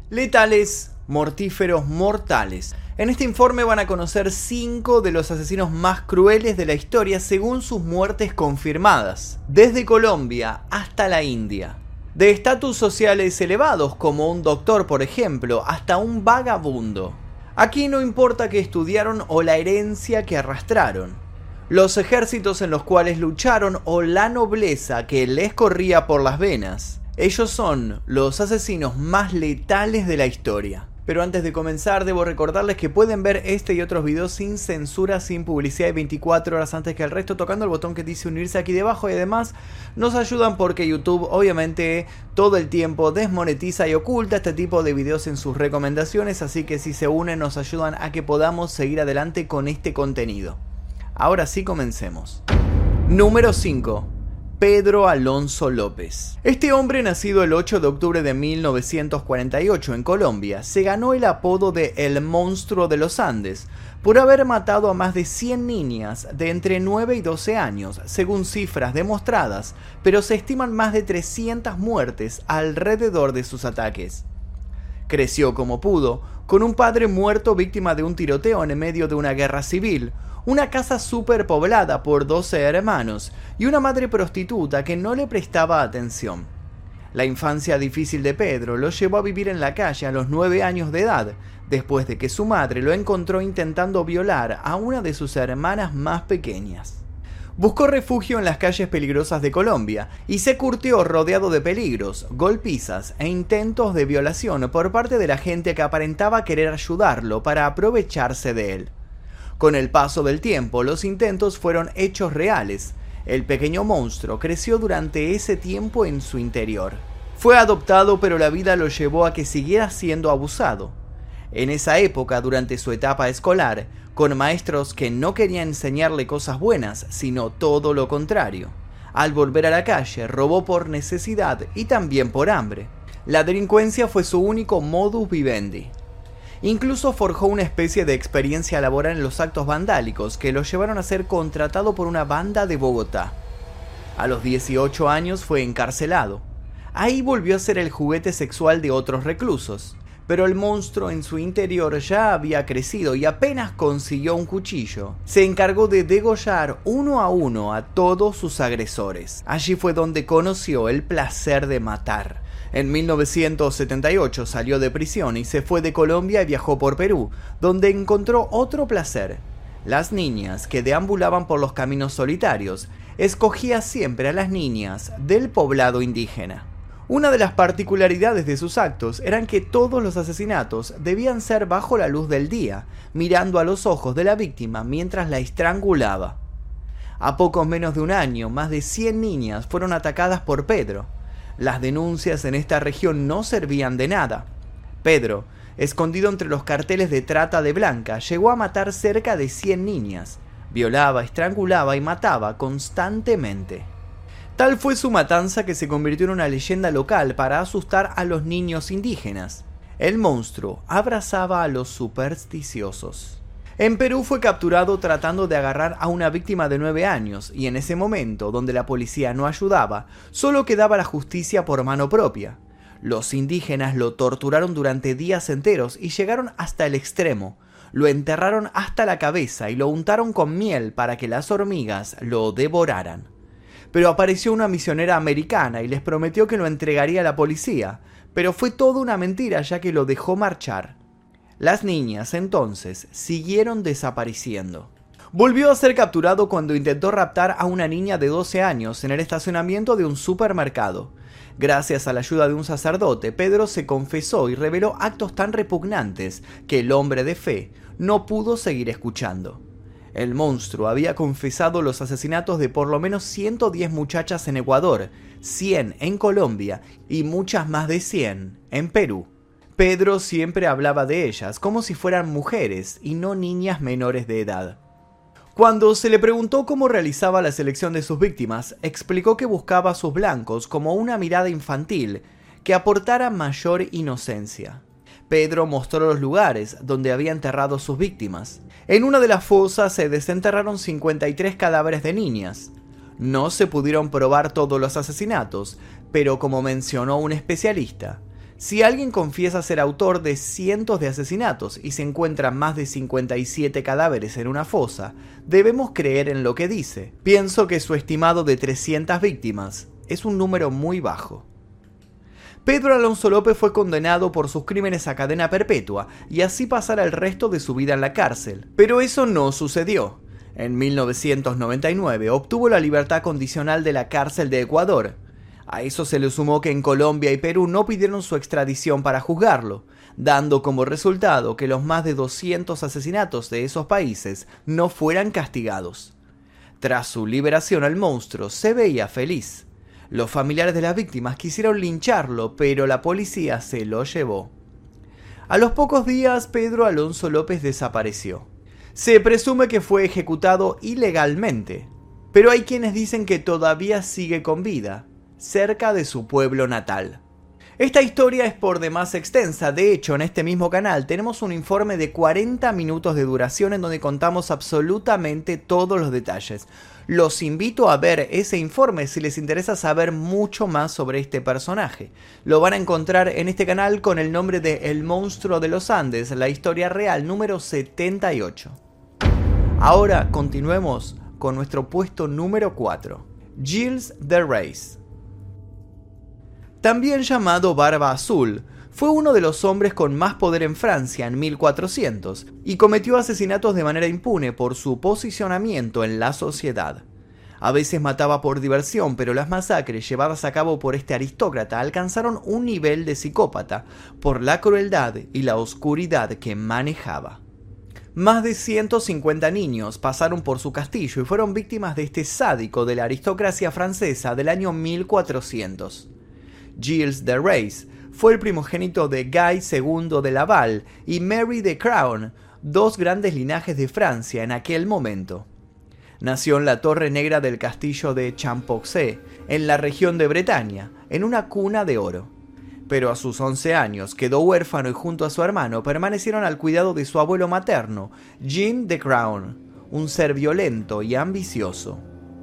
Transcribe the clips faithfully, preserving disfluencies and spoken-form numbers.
Letales, mortíferos, mortales. En este informe van a conocer cinco de los asesinos más crueles de la historia según sus muertes confirmadas, desde Colombia hasta la India. De estatus sociales elevados como un doctor, por ejemplo, hasta un vagabundo. Aquí no importa qué estudiaron o la herencia que arrastraron, los ejércitos en los cuales lucharon o la nobleza que les corría por las venas. Ellos son los asesinos más letales de la historia. Pero antes de comenzar debo recordarles que pueden ver este y otros videos sin censura, sin publicidad y veinticuatro horas antes que el resto tocando el botón que dice unirse aquí debajo, y además nos ayudan porque YouTube obviamente todo el tiempo desmonetiza y oculta este tipo de videos en sus recomendaciones, así que si se unen nos ayudan a que podamos seguir adelante con este contenido. Ahora sí, comencemos. Número cinco. Pedro Alonso López. Este hombre, nacido el ocho de octubre de mil novecientos cuarenta y ocho en Colombia, se ganó el apodo de El Monstruo de los Andes por haber matado a más de cien niñas de entre nueve y doce años, según cifras demostradas, pero se estiman más de trescientas muertes alrededor de sus ataques. Creció como pudo, con un padre muerto víctima de un tiroteo en medio de una guerra civil, una casa superpoblada por doce hermanos y una madre prostituta que no le prestaba atención. La infancia difícil de Pedro lo llevó a vivir en la calle a los nueve años de edad, después de que su madre lo encontró intentando violar a una de sus hermanas más pequeñas. Buscó refugio en las calles peligrosas de Colombia y se curtió rodeado de peligros, golpizas e intentos de violación por parte de la gente que aparentaba querer ayudarlo para aprovecharse de él. Con el paso del tiempo, los intentos fueron hechos reales. El pequeño monstruo creció durante ese tiempo en su interior. Fue adoptado, pero la vida lo llevó a que siguiera siendo abusado. En esa época, durante su etapa escolar, con maestros que no querían enseñarle cosas buenas, sino todo lo contrario. Al volver a la calle, robó por necesidad y también por hambre. La delincuencia fue su único modus vivendi. Incluso forjó una especie de experiencia laboral en los actos vandálicos que lo llevaron a ser contratado por una banda de Bogotá. A los dieciocho años fue encarcelado. Ahí volvió a ser el juguete sexual de otros reclusos, pero el monstruo en su interior ya había crecido y apenas consiguió un cuchillo, se encargó de degollar uno a uno a todos sus agresores. Allí fue donde conoció el placer de matar. En mil novecientos setenta y ocho salió de prisión y se fue de Colombia y viajó por Perú, donde encontró otro placer. Las niñas que deambulaban por los caminos solitarios. Escogía siempre a las niñas del poblado indígena. Una de las particularidades de sus actos eran que todos los asesinatos debían ser bajo la luz del día, mirando a los ojos de la víctima mientras la estrangulaba. A poco menos de un año, más de cien niñas fueron atacadas por Pedro. Las denuncias en esta región no servían de nada. Pedro, escondido entre los carteles de trata de blancas, llegó a matar cerca de cien niñas. Violaba, estrangulaba y mataba constantemente. Tal fue su matanza que se convirtió en una leyenda local para asustar a los niños indígenas. El monstruo abrazaba a los supersticiosos. En Perú fue capturado tratando de agarrar a una víctima de nueve años y en ese momento, donde la policía no ayudaba, solo quedaba la justicia por mano propia. Los indígenas lo torturaron durante días enteros y llegaron hasta el extremo. Lo enterraron hasta la cabeza y lo untaron con miel para que las hormigas lo devoraran. Pero apareció una misionera americana y les prometió que lo entregaría a la policía, pero fue toda una mentira ya que lo dejó marchar. Las niñas, entonces, siguieron desapareciendo. Volvió a ser capturado cuando intentó raptar a una niña de doce años en el estacionamiento de un supermercado. Gracias a la ayuda de un sacerdote, Pedro se confesó y reveló actos tan repugnantes que el hombre de fe no pudo seguir escuchando. El monstruo había confesado los asesinatos de por lo menos ciento diez muchachas en Ecuador, cien en Colombia y muchas más de cien en Perú. Pedro siempre hablaba de ellas como si fueran mujeres y no niñas menores de edad. Cuando se le preguntó cómo realizaba la selección de sus víctimas, explicó que buscaba a sus blancos como una mirada infantil que aportara mayor inocencia. Pedro mostró los lugares donde había enterrado sus víctimas. En una de las fosas se desenterraron cincuenta y tres cadáveres de niñas. No se pudieron probar todos los asesinatos, pero como mencionó un especialista, Si alguien confiesa ser autor de cientos de asesinatos y se encuentran más de cincuenta y siete cadáveres en una fosa, debemos creer en lo que dice. Pienso que su estimado de trescientas víctimas es un número muy bajo. Pedro Alonso López fue condenado por sus crímenes a cadena perpetua y así pasar el resto de su vida en la cárcel. Pero eso no sucedió. En mil novecientos noventa y nueve obtuvo la libertad condicional de la cárcel de Ecuador. A eso se le sumó que en Colombia y Perú no pidieron su extradición para juzgarlo, dando como resultado que los más de doscientos asesinatos de esos países no fueran castigados. Tras su liberación, el monstruo se veía feliz. Los familiares de las víctimas quisieron lincharlo, pero la policía se lo llevó. A los pocos días, Pedro Alonso López desapareció. Se presume que fue ejecutado ilegalmente, pero hay quienes dicen que todavía sigue con vida, cerca de su pueblo natal. Esta historia es por demás extensa. De hecho, en este mismo canal tenemos un informe de cuarenta minutos de duración en donde contamos absolutamente todos los detalles. Los invito a ver ese informe si les interesa saber mucho más sobre este personaje. Lo van a encontrar en este canal con el nombre de El Monstruo de los Andes, la historia real número setenta y ocho. Ahora continuemos con nuestro puesto número cuatro. Gilles de Rais. También llamado Barba Azul, fue uno de los hombres con más poder en Francia en mil cuatrocientos y cometió asesinatos de manera impune por su posicionamiento en la sociedad. A veces mataba por diversión, pero las masacres llevadas a cabo por este aristócrata alcanzaron un nivel de psicópata por la crueldad y la oscuridad que manejaba. Más de ciento cincuenta niños pasaron por su castillo y fueron víctimas de este sádico de la aristocracia francesa del año mil cuatrocientos. Gilles de Rais fue el primogénito de Guy segundo de Laval y Mary de Crown, dos grandes linajes de Francia en aquel momento. Nació en la Torre Negra del castillo de Champoxé, en la región de Bretaña, en una cuna de oro. Pero a sus once años quedó huérfano y junto a su hermano permanecieron al cuidado de su abuelo materno, Jean de Crown, un ser violento y ambicioso.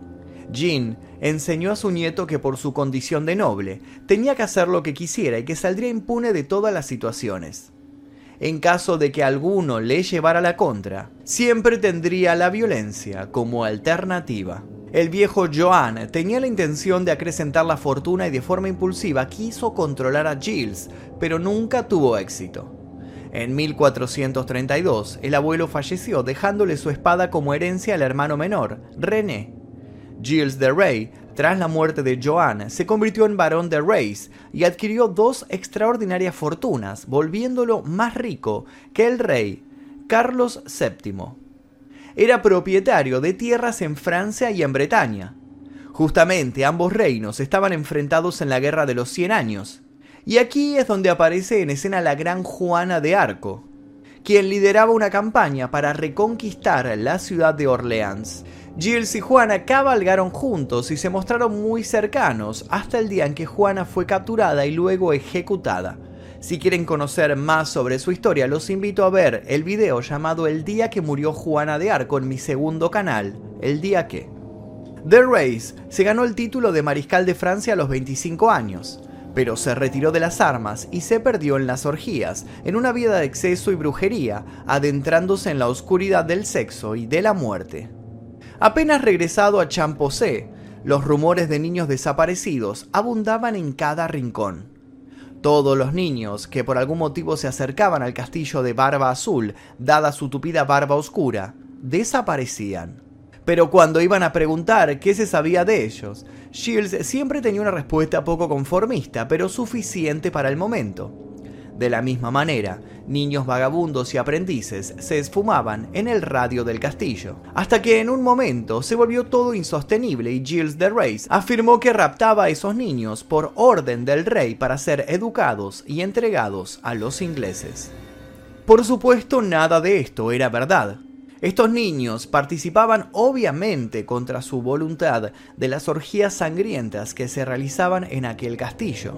Jean enseñó a su nieto que por su condición de noble tenía que hacer lo que quisiera y que saldría impune de todas las situaciones. En caso de que alguno le llevara la contra, siempre tendría la violencia como alternativa. El viejo Joan tenía la intención de acrecentar la fortuna y de forma impulsiva quiso controlar a Gilles, pero nunca tuvo éxito. En mil cuatrocientos treinta y dos, el abuelo falleció dejándole su espada como herencia al hermano menor, René. Gilles de Rais, tras la muerte de Joan, se convirtió en barón de Rais y adquirió dos extraordinarias fortunas, volviéndolo más rico que el rey Carlos séptimo. Era propietario de tierras en Francia y en Bretaña. Justamente ambos reinos estaban enfrentados en la Guerra de los Cien Años. Y aquí es donde aparece en escena la gran Juana de Arco, quien lideraba una campaña para reconquistar la ciudad de Orleans. Gilles y Juana cabalgaron juntos y se mostraron muy cercanos hasta el día en que Juana fue capturada y luego ejecutada. Si quieren conocer más sobre su historia, los invito a ver el video llamado El día que murió Juana de Arco en mi segundo canal, El día que. De Rais se ganó el título de mariscal de Francia a los veinticinco años, pero se retiró de las armas y se perdió en las orgías, en una vida de exceso y brujería, adentrándose en la oscuridad del sexo y de la muerte. Apenas regresado a Champoxé, los rumores de niños desaparecidos abundaban en cada rincón. Todos los niños que por algún motivo se acercaban al castillo de Barba Azul, dada su tupida barba oscura, desaparecían. Pero cuando iban a preguntar qué se sabía de ellos, Gilles siempre tenía una respuesta poco conformista, pero suficiente para el momento. De la misma manera, niños vagabundos y aprendices se esfumaban en el radio del castillo, hasta que en un momento se volvió todo insostenible y Gilles de Rais afirmó que raptaba a esos niños por orden del rey para ser educados y entregados a los ingleses. Por supuesto, nada de esto era verdad. Estos niños participaban obviamente contra su voluntad de las orgías sangrientas que se realizaban en aquel castillo.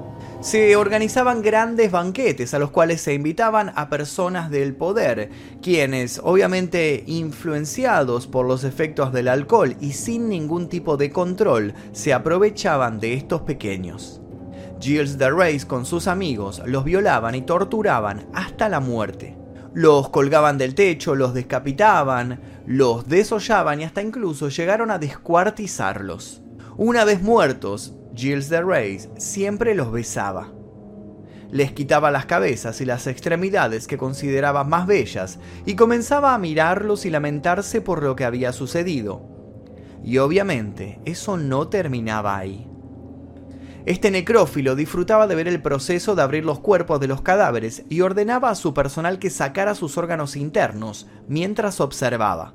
Se organizaban grandes banquetes a los cuales se invitaban a personas del poder, quienes, obviamente influenciados por los efectos del alcohol y sin ningún tipo de control, se aprovechaban de estos pequeños. Gilles de Rais con sus amigos los violaban y torturaban hasta la muerte. Los colgaban del techo, los decapitaban, los desollaban y hasta incluso llegaron a descuartizarlos. Una vez muertos, Gilles de Rais siempre los besaba. Les quitaba las cabezas y las extremidades que consideraba más bellas y comenzaba a mirarlos y lamentarse por lo que había sucedido. Y obviamente eso no terminaba ahí. Este necrófilo disfrutaba de ver el proceso de abrir los cuerpos de los cadáveres y ordenaba a su personal que sacara sus órganos internos mientras observaba.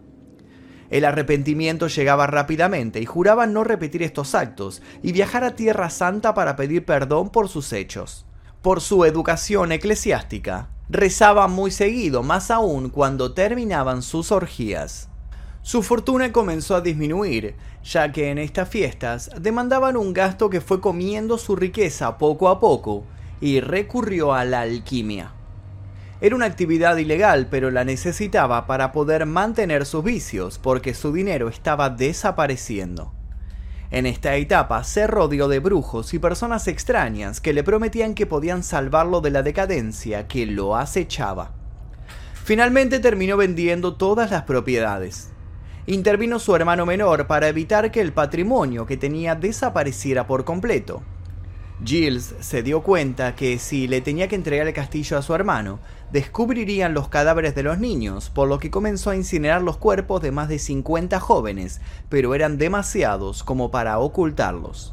El arrepentimiento llegaba rápidamente y juraba no repetir estos actos y viajar a Tierra Santa para pedir perdón por sus hechos. Por su educación eclesiástica, rezaba muy seguido, más aún cuando terminaban sus orgías. Su fortuna comenzó a disminuir, ya que en estas fiestas demandaban un gasto que fue comiendo su riqueza poco a poco y recurrió a la alquimia. Era una actividad ilegal, pero la necesitaba para poder mantener sus vicios, porque su dinero estaba desapareciendo. En esta etapa se rodeó de brujos y personas extrañas que le prometían que podían salvarlo de la decadencia que lo acechaba. Finalmente terminó vendiendo todas las propiedades. Intervino su hermano menor para evitar que el patrimonio que tenía desapareciera por completo. Gilles se dio cuenta que si le tenía que entregar el castillo a su hermano, descubrirían los cadáveres de los niños, por lo que comenzó a incinerar los cuerpos de más de cincuenta jóvenes, pero eran demasiados como para ocultarlos.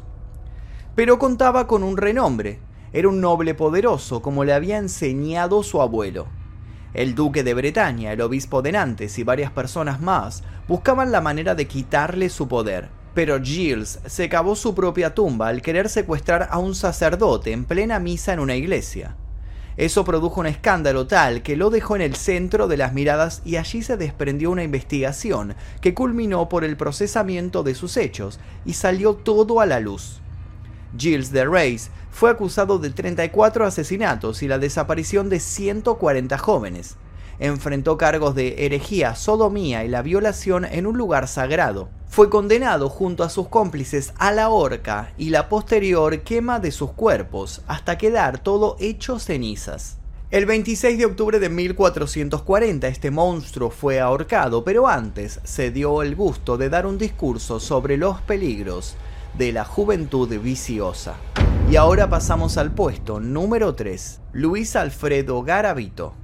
Pero contaba con un renombre, era un noble poderoso como le había enseñado su abuelo. El duque de Bretaña, el obispo de Nantes y varias personas más buscaban la manera de quitarle su poder. Pero Gilles se cavó su propia tumba al querer secuestrar a un sacerdote en plena misa en una iglesia. Eso produjo un escándalo tal que lo dejó en el centro de las miradas y allí se desprendió una investigación que culminó por el procesamiento de sus hechos y salió todo a la luz. Gilles de Rais fue acusado de treinta y cuatro asesinatos y la desaparición de ciento cuarenta jóvenes. Enfrentó cargos de herejía, sodomía y la violación en un lugar sagrado. Fue condenado junto a sus cómplices a la horca y la posterior quema de sus cuerpos, hasta quedar todo hecho cenizas. El veintiséis de octubre de mil cuatrocientos cuarenta este monstruo fue ahorcado, pero antes se dio el gusto de dar un discurso sobre los peligros de la juventud viciosa. Y ahora pasamos al puesto número tres, Luis Alfredo Garavito.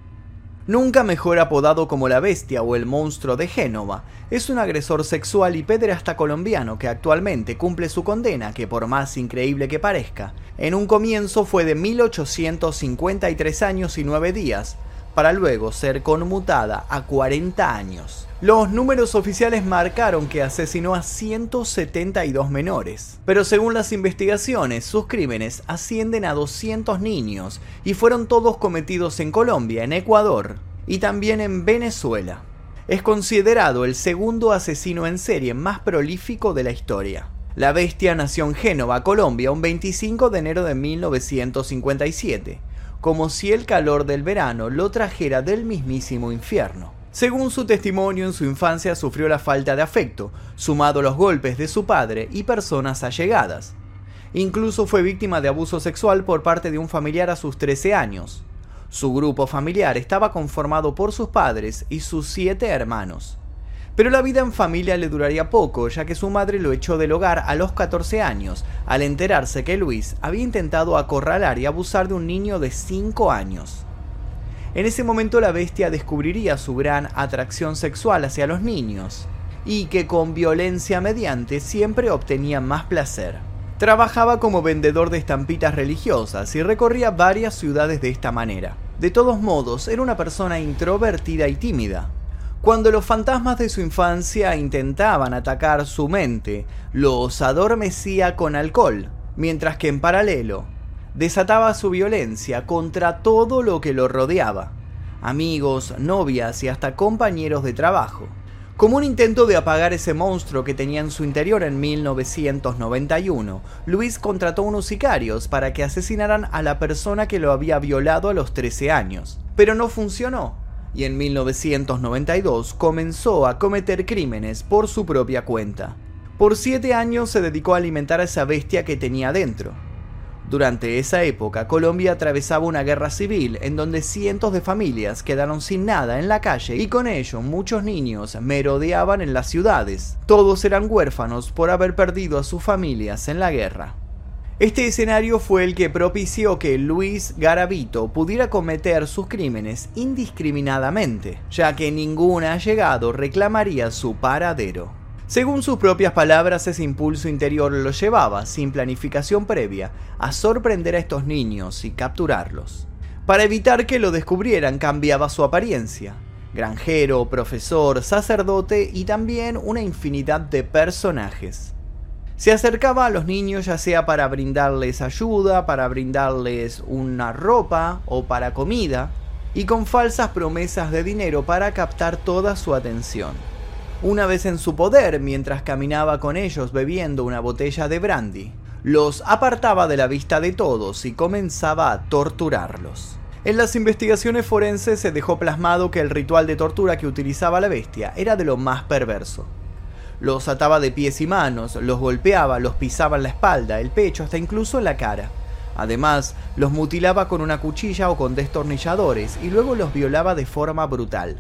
Nunca mejor apodado como la Bestia o el Monstruo de Génova, es un agresor sexual y pederasta colombiano que actualmente cumple su condena, que por más increíble que parezca, en un comienzo fue de mil ochocientos cincuenta y tres años y nueve días, para luego ser conmutada a cuarenta años. Los números oficiales marcaron que asesinó a ciento setenta y dos menores, pero según las investigaciones, sus crímenes ascienden a doscientos niños y fueron todos cometidos en Colombia, en Ecuador y también en Venezuela. Es considerado el segundo asesino en serie más prolífico de la historia. La Bestia nació en Génova, Colombia, un veinticinco de enero de mil novecientos cincuenta y siete, como si el calor del verano lo trajera del mismísimo infierno. Según su testimonio, en su infancia sufrió la falta de afecto, sumado a los golpes de su padre y personas allegadas. Incluso fue víctima de abuso sexual por parte de un familiar a sus trece años. Su grupo familiar estaba conformado por sus padres y sus siete hermanos. Pero la vida en familia le duraría poco, ya que su madre lo echó del hogar a los catorce años, al enterarse que Luis había intentado acorralar y abusar de un niño de cinco años. En ese momento la Bestia descubriría su gran atracción sexual hacia los niños, y que con violencia mediante siempre obtenía más placer. Trabajaba como vendedor de estampitas religiosas y recorría varias ciudades de esta manera. De todos modos, era una persona introvertida y tímida. Cuando los fantasmas de su infancia intentaban atacar su mente, los adormecía con alcohol, mientras que en paralelo, desataba su violencia contra todo lo que lo rodeaba, amigos, novias y hasta compañeros de trabajo. Como un intento de apagar ese monstruo que tenía en su interior en mil novecientos noventa y uno, Luis contrató unos sicarios para que asesinaran a la persona que lo había violado a los trece años. Pero no funcionó, y en mil novecientos noventa y dos comenzó a cometer crímenes por su propia cuenta. Por siete años se dedicó a alimentar a esa bestia que tenía dentro. Durante esa época, Colombia atravesaba una guerra civil en donde cientos de familias quedaron sin nada en la calle y con ello muchos niños merodeaban en las ciudades. Todos eran huérfanos por haber perdido a sus familias en la guerra. Este escenario fue el que propició que Luis Garavito pudiera cometer sus crímenes indiscriminadamente, ya que ningún allegado reclamaría su paradero. Según sus propias palabras, ese impulso interior lo llevaba, sin planificación previa, a sorprender a estos niños y capturarlos. Para evitar que lo descubrieran, cambiaba su apariencia: granjero, profesor, sacerdote y también una infinidad de personajes. Se acercaba a los niños ya sea para brindarles ayuda, para brindarles una ropa o para comida, y con falsas promesas de dinero para captar toda su atención. Una vez en su poder, mientras caminaba con ellos bebiendo una botella de brandy, los apartaba de la vista de todos y comenzaba a torturarlos. En las investigaciones forenses se dejó plasmado que el ritual de tortura que utilizaba la bestia era de lo más perverso. Los ataba de pies y manos, los golpeaba, los pisaba en la espalda, el pecho, hasta incluso en la cara. Además, los mutilaba con una cuchilla o con destornilladores y luego los violaba de forma brutal.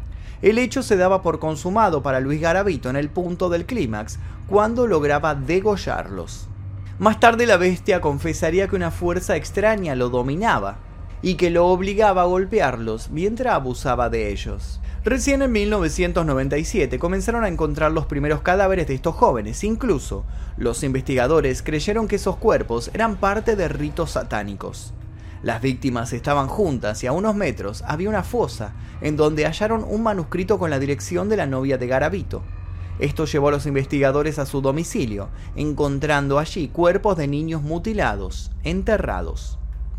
El hecho se daba por consumado para Luis Garavito en el punto del clímax, cuando lograba degollarlos. Más tarde la bestia confesaría que una fuerza extraña lo dominaba y que lo obligaba a golpearlos mientras abusaba de ellos. Recién en mil novecientos noventa y siete comenzaron a encontrar los primeros cadáveres de estos jóvenes. Incluso, los investigadores creyeron que esos cuerpos eran parte de ritos satánicos. Las víctimas estaban juntas y a unos metros había una fosa en donde hallaron un manuscrito con la dirección de la novia de Garavito. Esto llevó a los investigadores a su domicilio, encontrando allí cuerpos de niños mutilados, enterrados.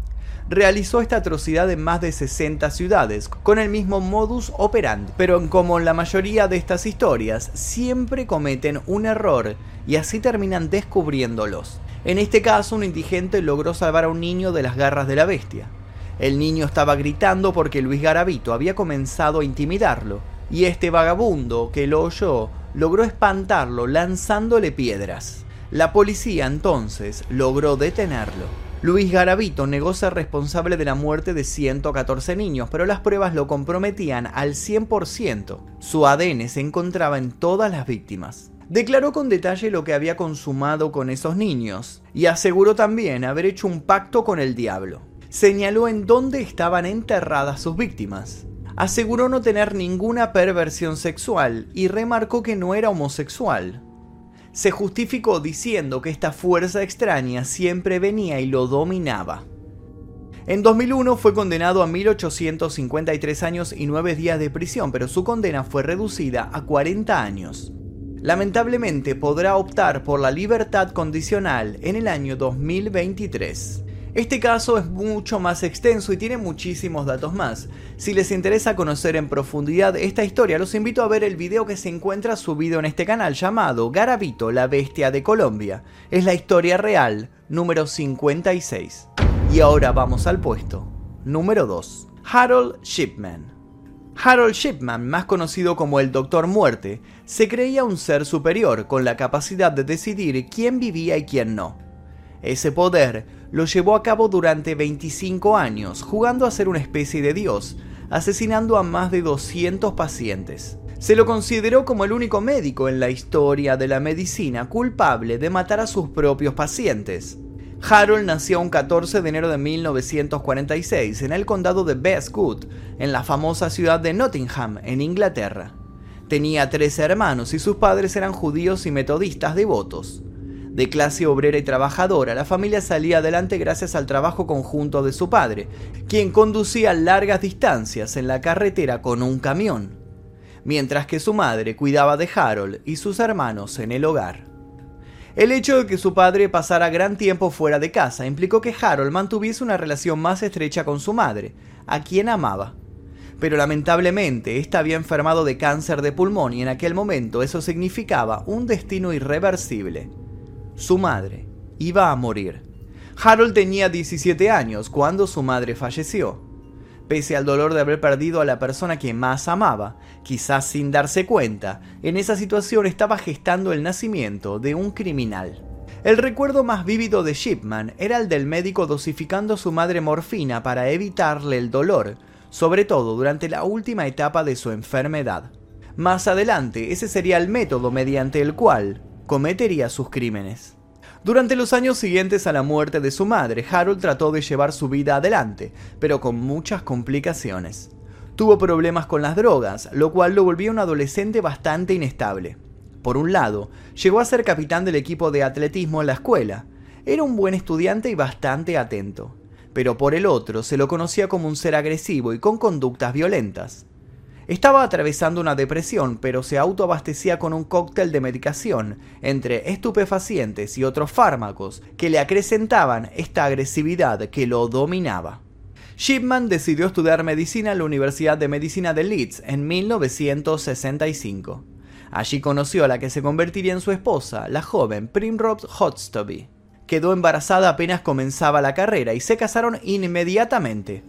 Realizó esta atrocidad en más de sesenta ciudades, con el mismo modus operandi, pero como en la mayoría de estas historias, siempre cometen un error y así terminan descubriéndolos. En este caso, un indigente logró salvar a un niño de las garras de la bestia. El niño estaba gritando porque Luis Garavito había comenzado a intimidarlo, y este vagabundo que lo oyó logró espantarlo lanzándole piedras. La policía entonces logró detenerlo. Luis Garavito negó ser responsable de la muerte de ciento catorce niños, pero las pruebas lo comprometían al cien por ciento. Su A D N se encontraba en todas las víctimas. Declaró con detalle lo que había consumado con esos niños y aseguró también haber hecho un pacto con el diablo. Señaló en dónde estaban enterradas sus víctimas. Aseguró no tener ninguna perversión sexual y remarcó que no era homosexual. Se justificó diciendo que esta fuerza extraña siempre venía y lo dominaba. En dos mil uno fue condenado a mil ochocientos cincuenta y tres años y nueve días de prisión, pero su condena fue reducida a cuarenta años. Lamentablemente podrá optar por la libertad condicional en el año dos mil veintitrés. Este caso es mucho más extenso y tiene muchísimos datos más. Si les interesa conocer en profundidad esta historia, los invito a ver el video que se encuentra subido en este canal llamado Garavito, la bestia de Colombia. Es la historia real, número cincuenta y seis. Y ahora vamos al puesto número dos. Harold Shipman. Harold Shipman, más conocido como el Doctor Muerte, se creía un ser superior con la capacidad de decidir quién vivía y quién no. Ese poder lo llevó a cabo durante veinticinco años, jugando a ser una especie de dios, asesinando a más de doscientos pacientes. Se lo consideró como el único médico en la historia de la medicina culpable de matar a sus propios pacientes. Harold nació un catorce de enero de mil novecientos cuarenta y seis en el condado de Bestwood, en la famosa ciudad de Nottingham, en Inglaterra. Tenía tres hermanos y sus padres eran judíos y metodistas devotos. De clase obrera y trabajadora, la familia salía adelante gracias al trabajo conjunto de su padre, quien conducía largas distancias en la carretera con un camión, mientras que su madre cuidaba de Harold y sus hermanos en el hogar. El hecho de que su padre pasara gran tiempo fuera de casa implicó que Harold mantuviese una relación más estrecha con su madre, a quien amaba. Pero lamentablemente, ésta había enfermado de cáncer de pulmón y en aquel momento eso significaba un destino irreversible. Su madre iba a morir. Harold tenía diecisiete años cuando su madre falleció. Pese al dolor de haber perdido a la persona que más amaba, quizás sin darse cuenta, en esa situación estaba gestando el nacimiento de un criminal. El recuerdo más vívido de Shipman era el del médico dosificando a su madre morfina para evitarle el dolor, sobre todo durante la última etapa de su enfermedad. Más adelante, ese sería el método mediante el cual cometería sus crímenes. Durante los años siguientes a la muerte de su madre, Harold trató de llevar su vida adelante, pero con muchas complicaciones. Tuvo problemas con las drogas, lo cual lo volvía un adolescente bastante inestable. Por un lado, llegó a ser capitán del equipo de atletismo en la escuela. Era un buen estudiante y bastante atento. Pero por el otro, se lo conocía como un ser agresivo y con conductas violentas. Estaba atravesando una depresión, pero se autoabastecía con un cóctel de medicación, entre estupefacientes y otros fármacos, que le acrecentaban esta agresividad que lo dominaba. Shipman decidió estudiar medicina en la Universidad de Medicina de Leeds en mil novecientos sesenta y cinco. Allí conoció a la que se convertiría en su esposa, la joven Primrose Hotstoby. Quedó embarazada apenas comenzaba la carrera y se casaron inmediatamente.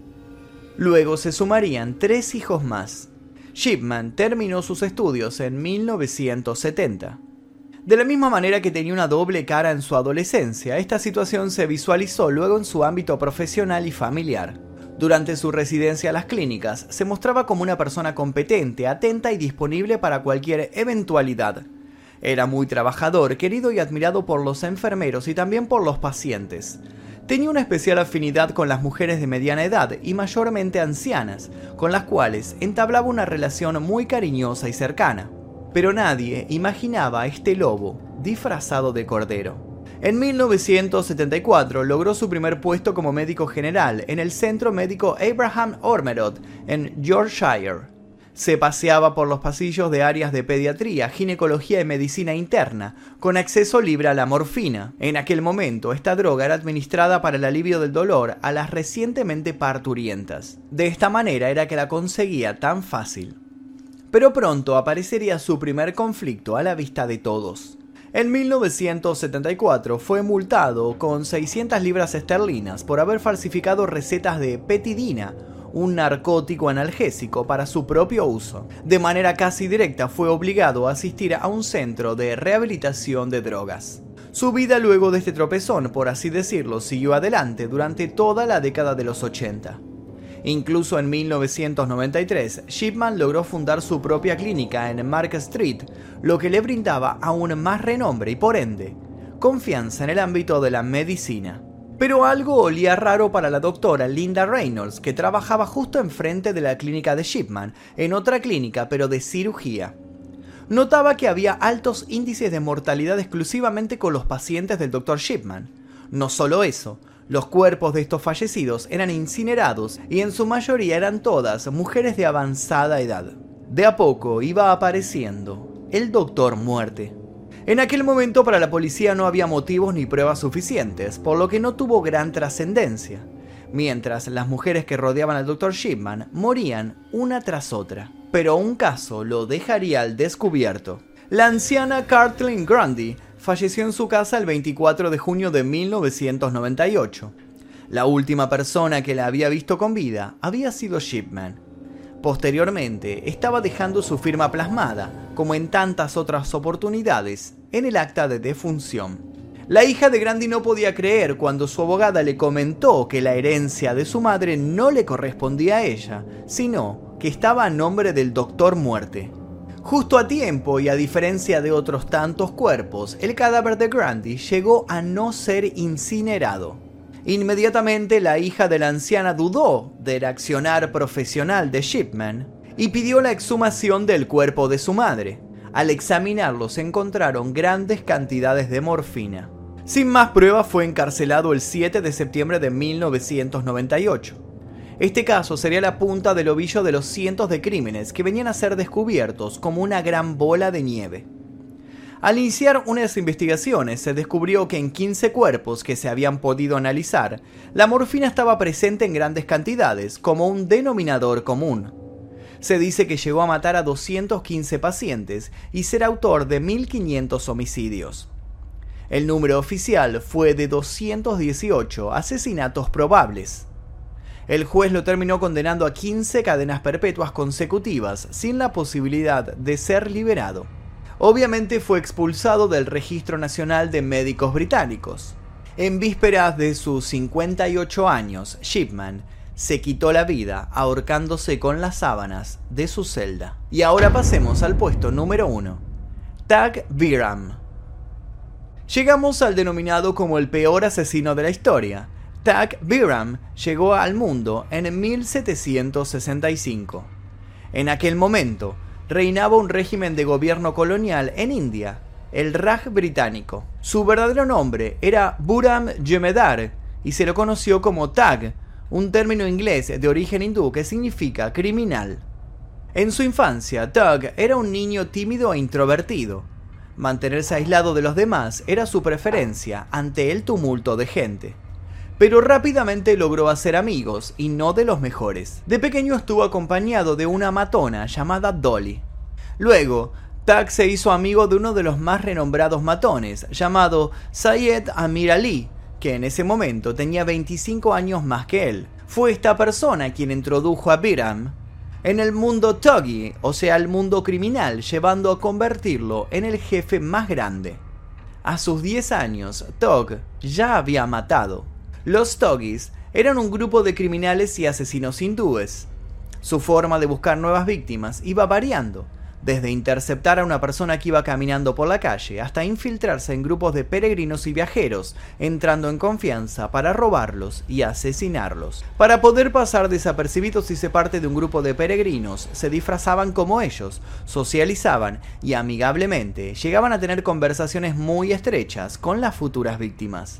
Luego se sumarían tres hijos más. Shipman terminó sus estudios en mil novecientos setenta. De la misma manera que tenía una doble cara en su adolescencia, esta situación se visualizó luego en su ámbito profesional y familiar. Durante su residencia a las clínicas, se mostraba como una persona competente, atenta y disponible para cualquier eventualidad. Era muy trabajador, querido y admirado por los enfermeros y también por los pacientes. Tenía una especial afinidad con las mujeres de mediana edad y mayormente ancianas, con las cuales entablaba una relación muy cariñosa y cercana. Pero nadie imaginaba a este lobo disfrazado de cordero. En mil novecientos setenta y cuatro logró su primer puesto como médico general en el Centro Médico Abraham Ormerod en Yorkshire. Se paseaba por los pasillos de áreas de pediatría, ginecología y medicina interna, con acceso libre a la morfina. En aquel momento, esta droga era administrada para el alivio del dolor a las recientemente parturientas. De esta manera era que la conseguía tan fácil. Pero pronto aparecería su primer conflicto a la vista de todos. En mil novecientos setenta y cuatro fue multado con seiscientas libras esterlinas por haber falsificado recetas de petidina, un narcótico analgésico para su propio uso. De manera casi directa fue obligado a asistir a un centro de rehabilitación de drogas. Su vida luego de este tropezón, por así decirlo, siguió adelante durante toda la década de los ochenta. Incluso en mil novecientos noventa y tres, Shipman logró fundar su propia clínica en Mark Street, lo que le brindaba aún más renombre y, por ende, confianza en el ámbito de la medicina. Pero algo olía raro para la doctora Linda Reynolds, que trabajaba justo enfrente de la clínica de Shipman, en otra clínica pero de cirugía. Notaba que había altos índices de mortalidad exclusivamente con los pacientes del doctor Shipman. No solo eso, los cuerpos de estos fallecidos eran incinerados y en su mayoría eran todas mujeres de avanzada edad. De a poco iba apareciendo el Doctor Muerte. En aquel momento para la policía no había motivos ni pruebas suficientes, por lo que no tuvo gran trascendencia, mientras las mujeres que rodeaban al doctor Shipman morían una tras otra. Pero un caso lo dejaría al descubierto. La anciana Kathleen Grundy falleció en su casa el veinticuatro de junio de mil novecientos noventa y ocho. La última persona que la había visto con vida había sido Shipman. Posteriormente, estaba dejando su firma plasmada, como en tantas otras oportunidades, en el acta de defunción. La hija de Grundy no podía creer cuando su abogada le comentó que la herencia de su madre no le correspondía a ella, sino que estaba a nombre del Doctor Muerte. Justo a tiempo y a diferencia de otros tantos cuerpos, el cadáver de Grundy llegó a no ser incinerado. Inmediatamente la hija de la anciana dudó del accionar profesional de Shipman y pidió la exhumación del cuerpo de su madre. Al examinarlo se encontraron grandes cantidades de morfina. Sin más pruebas fue encarcelado el siete de septiembre de mil novecientos noventa y ocho. Este caso sería la punta del ovillo de los cientos de crímenes que venían a ser descubiertos como una gran bola de nieve. Al iniciar unas investigaciones se descubrió que en quince cuerpos que se habían podido analizar, la morfina estaba presente en grandes cantidades como un denominador común. Se dice que llegó a matar a doscientos quince pacientes y ser autor de mil quinientos homicidios. El número oficial fue de doscientos dieciocho asesinatos probables. El juez lo terminó condenando a quince cadenas perpetuas consecutivas sin la posibilidad de ser liberado. obviamente fue expulsado del Registro Nacional de Médicos Británicos. En vísperas de sus cincuenta y ocho años, Shipman se quitó la vida ahorcándose con las sábanas de su celda. Y ahora pasemos al puesto número uno. Tag Byram. Llegamos al denominado como el peor asesino de la historia. Tag Byram llegó al mundo en mil setecientos sesenta y cinco. En aquel momento, reinaba un régimen de gobierno colonial en India, el Raj británico. Su verdadero nombre era Buram Jemedar y se lo conoció como Tag, un término inglés de origen hindú que significa criminal. En su infancia, Tag era un niño tímido e introvertido. Mantenerse aislado de los demás era su preferencia ante el tumulto de gente. Pero rápidamente logró hacer amigos, y no de los mejores. De pequeño estuvo acompañado de una matona llamada Dolly. Luego, Tag se hizo amigo de uno de los más renombrados matones, llamado Syed Amir Ali, que en ese momento tenía veinticinco años más que él. Fue esta persona quien introdujo a Byram en el mundo Thuggee, o sea, el mundo criminal, llevando a convertirlo en el jefe más grande. A sus diez años, Thug ya había matado. Los Thuggees eran un grupo de criminales y asesinos hindúes. Su forma de buscar nuevas víctimas iba variando, desde interceptar a una persona que iba caminando por la calle hasta infiltrarse en grupos de peregrinos y viajeros, entrando en confianza para robarlos y asesinarlos. Para poder pasar desapercibidos y ser parte de un grupo de peregrinos, se disfrazaban como ellos, socializaban y amigablemente llegaban a tener conversaciones muy estrechas con las futuras víctimas.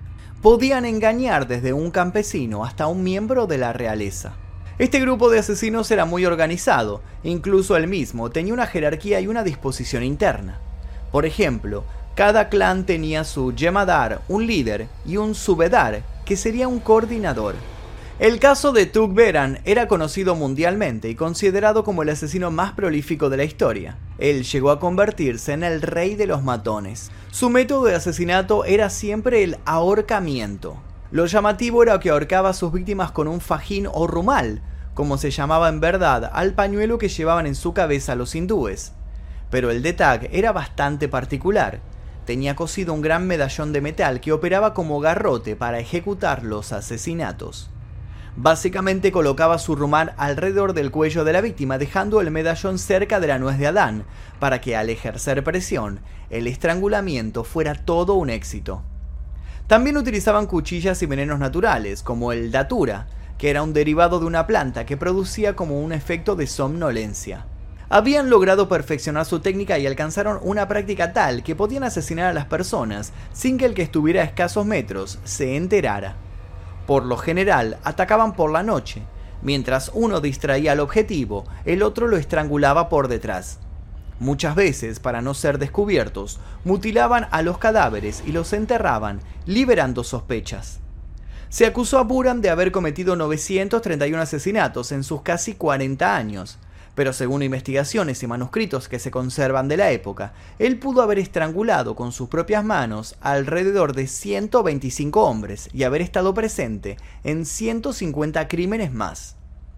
Podían engañar desde un campesino hasta un miembro de la realeza. Este grupo de asesinos era muy organizado, incluso él mismo tenía una jerarquía y una disposición interna. Por ejemplo, cada clan tenía su Jemadar, un líder, y un Subedar, que sería un coordinador. El caso de Tug Byram era conocido mundialmente y considerado como el asesino más prolífico de la historia. Él llegó a convertirse en el rey de los matones. Su método de asesinato era siempre el ahorcamiento. Lo llamativo era que ahorcaba a sus víctimas con un fajín o rumal, como se llamaba en verdad al pañuelo que llevaban en su cabeza los hindúes. Pero el de Tag era bastante particular. Tenía cosido un gran medallón de metal que operaba como garrote para ejecutar los asesinatos. Básicamente colocaba su rumal alrededor del cuello de la víctima, dejando el medallón cerca de la nuez de Adán, para que al ejercer presión, el estrangulamiento fuera todo un éxito. También utilizaban cuchillas y venenos naturales, como el datura, que era un derivado de una planta que producía como un efecto de somnolencia. Habían logrado perfeccionar su técnica y alcanzaron una práctica tal que podían asesinar a las personas sin que el que estuviera a escasos metros se enterara. Por lo general, atacaban por la noche. Mientras uno distraía al objetivo, el otro lo estrangulaba por detrás. Muchas veces, para no ser descubiertos, mutilaban a los cadáveres y los enterraban, liberando sospechas. Se acusó a Byram de haber cometido novecientos treinta y uno asesinatos en sus casi cuarenta años, pero según investigaciones y manuscritos que se conservan de la época, él pudo haber estrangulado con sus propias manos alrededor de ciento veinticinco hombres y haber estado presente en ciento cincuenta crímenes más.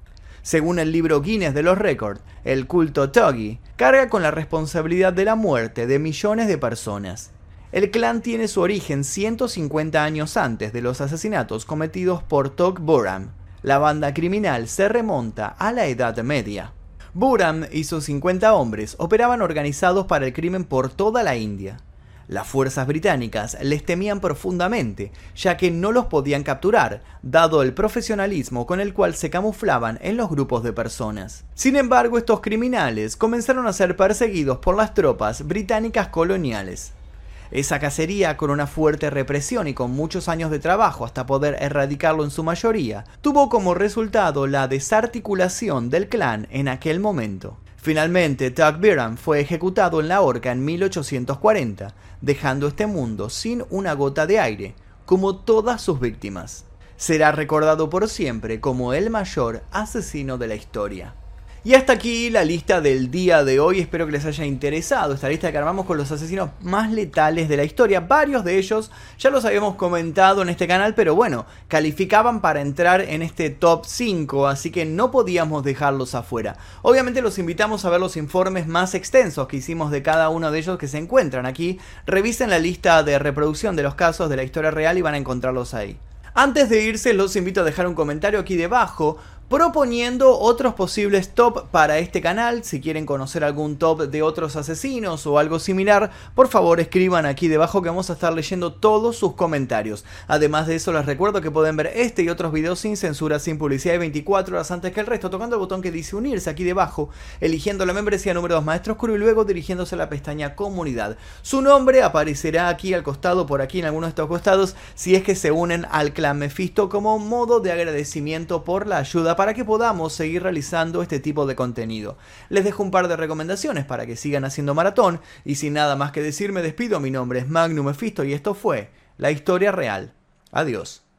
Según el libro Guinness de los Récords, el culto Thuggee carga con la responsabilidad de la muerte de millones de personas. El clan tiene su origen ciento cincuenta años antes de los asesinatos cometidos por Tug Byram. La banda criminal se remonta a la Edad Media. Byram y sus cincuenta hombres operaban organizados para el crimen por toda la India. Las fuerzas británicas les temían profundamente, ya que no los podían capturar, dado el profesionalismo con el cual se camuflaban en los grupos de personas. Sin embargo, estos criminales comenzaron a ser perseguidos por las tropas británicas coloniales. Esa cacería, con una fuerte represión y con muchos años de trabajo hasta poder erradicarlo en su mayoría, tuvo como resultado la desarticulación del clan en aquel momento. Finalmente, Tug Byram fue ejecutado en la horca en mil ochocientos cuarenta, dejando este mundo sin una gota de aire, como todas sus víctimas. Será recordado por siempre como el mayor asesino de la historia. Y hasta aquí la lista del día de hoy, espero que les haya interesado esta lista que armamos con los asesinos más letales de la historia. Varios de ellos ya los habíamos comentado en este canal, pero bueno, calificaban para entrar en este top cinco, así que no podíamos dejarlos afuera. Obviamente los invitamos a ver los informes más extensos que hicimos de cada uno de ellos que se encuentran aquí. Revisen la lista de reproducción de los casos de la historia real y van a encontrarlos ahí. Antes de irse, los invito a dejar un comentario aquí debajo proponiendo otros posibles top para este canal. Si quieren conocer algún top de otros asesinos o algo similar, por favor escriban aquí debajo que vamos a estar leyendo todos sus comentarios. Además de eso, les recuerdo que pueden ver este y otros videos sin censura, sin publicidad y veinticuatro horas antes que el resto, tocando el botón que dice unirse aquí debajo, eligiendo la membresía número dos Maestro Oscuro y luego dirigiéndose a la pestaña comunidad. Su nombre aparecerá aquí al costado, por aquí en alguno de estos costados, si es que se unen al clan Mephisto como modo de agradecimiento por la ayuda para que podamos seguir realizando este tipo de contenido. Les dejo un par de recomendaciones para que sigan haciendo maratón y sin nada más que decir me despido. Mi nombre es Magnum Mephisto y esto fue La Historia Real. Adiós.